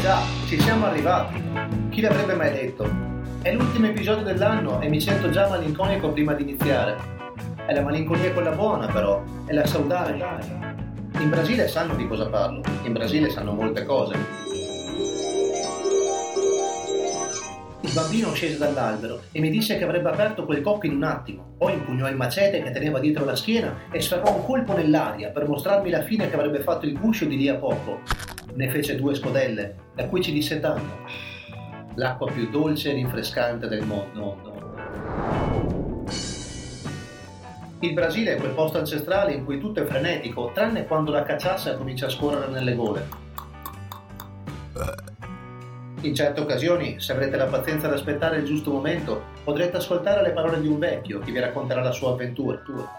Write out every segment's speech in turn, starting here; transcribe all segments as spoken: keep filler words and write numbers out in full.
già, ci siamo arrivati. Chi l'avrebbe mai detto? È l'ultimo episodio dell'anno e mi sento già malinconico prima di iniziare. È la malinconia quella buona però, è la saudade. In Brasile sanno di cosa parlo, in Brasile sanno molte cose. Il bambino scese dall'albero e mi disse che avrebbe aperto quel cocco in un attimo, poi impugnò il macete che teneva dietro la schiena e sferrò un colpo nell'aria per mostrarmi la fine che avrebbe fatto il guscio di lì a poco. Ne fece due scodelle, da cui ci disse tanto. L'acqua più dolce e rinfrescante del mondo. Il Brasile è quel posto ancestrale in cui tutto è frenetico, tranne quando la caciassa comincia a scorrere nelle gole. In certe occasioni, se avrete la pazienza di aspettare il giusto momento, potrete ascoltare le parole di un vecchio che vi racconterà la sua avventura.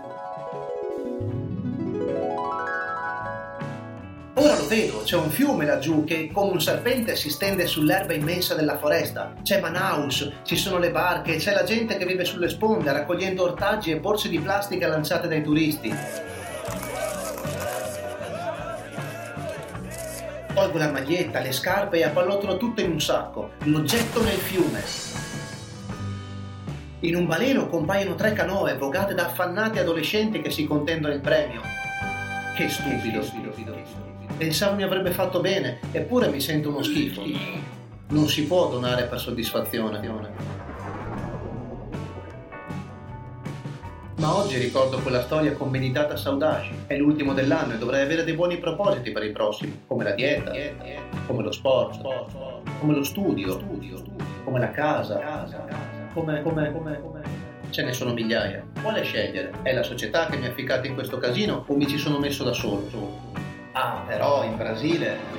Ora lo vedo, c'è un fiume laggiù che come un serpente si stende sull'erba immensa della foresta. C'è Manaus, ci sono le barche, c'è la gente che vive sulle sponde raccogliendo ortaggi e borse di plastica lanciate dai turisti. Tolgo la maglietta, le scarpe e appallottolo tutto in un sacco, lo getto nel fiume. In un baleno compaiono tre canoe vogate da affannati adolescenti che si contendono il premio. Che stupido. Pensavo mi avrebbe fatto bene, eppure mi sento uno schifo. Non si può donare per soddisfazione. Ma oggi ricordo quella storia con Meditata Saudade. È l'ultimo dell'anno e dovrei avere dei buoni propositi per il prossimo, come la dieta, come lo sport, come lo studio, come la casa, come, come, come, come... Ce ne sono migliaia. Quale scegliere? È la società che mi ha ficcato in questo casino o mi ci sono messo da solo? Ah, però in Brasile...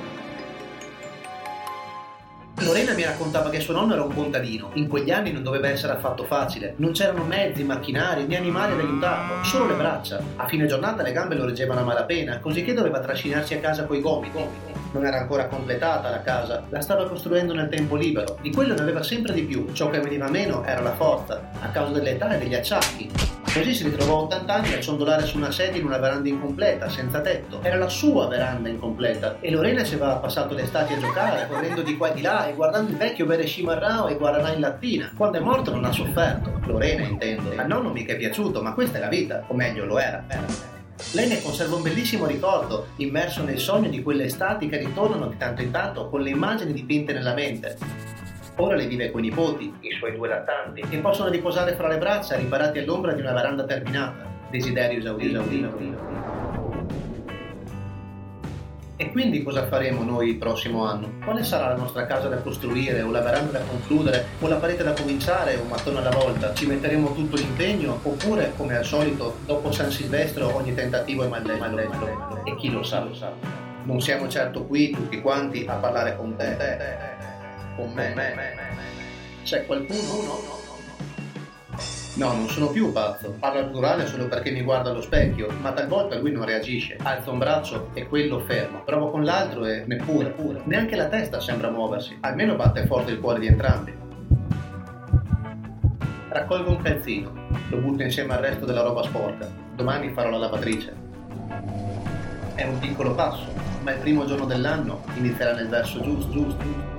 Lorena mi raccontava che suo nonno era un contadino. In quegli anni non doveva essere affatto facile. Non c'erano mezzi, macchinari, né animali ad aiutarlo, solo le braccia. A fine giornata le gambe lo reggevano a malapena, così che doveva trascinarsi a casa coi gomiti. Non era ancora completata la casa, la stava costruendo nel tempo libero. Di quello ne aveva sempre di più. Ciò che veniva meno era la forza, a causa dell'età e degli acciacchi. Così si ritrovò a ottanta anni a ciondolare su una sedia in una veranda incompleta, senza tetto. Era la sua veranda incompleta e Lorena ci aveva passato le estati a giocare, correndo di qua e di là e guardando il vecchio bere scimarrao e guaranà in lattina. Quando è morto non ha sofferto. Lorena, intendo. Al nonno mica è piaciuto, ma questa è la vita, o meglio lo era. Lei ne conserva un bellissimo ricordo, immerso nel sogno di quelle estati che ritornano di tanto in tanto con le immagini dipinte nella mente. Ora le vive coi nipoti, i suoi due lattanti, che possono riposare fra le braccia riparati all'ombra di una veranda terminata. Desiderio esaudito. E quindi cosa faremo noi il prossimo anno? Quale sarà la nostra casa da costruire, o la veranda da concludere, o la parete da cominciare, un mattone alla volta? Ci metteremo tutto l'impegno, oppure, come al solito, dopo San Silvestro ogni tentativo è mallegno? E chi lo sa, lo sa. Non siamo certo qui, tutti quanti, a parlare con te. Con me. C'è qualcuno? No, no, no. No, non sono più pazzo. Parlo al plurale solo perché mi guarda allo specchio, ma talvolta lui non reagisce. Alza un braccio e quello fermo. Provo con l'altro e neppure. Neppure. Neanche la testa sembra muoversi. Almeno batte forte il cuore di entrambi. Raccolgo un calzino. Lo butto insieme al resto della roba sporca. Domani farò la lavatrice. È un piccolo passo, ma il primo giorno dell'anno inizierà nel verso giusto, giusto.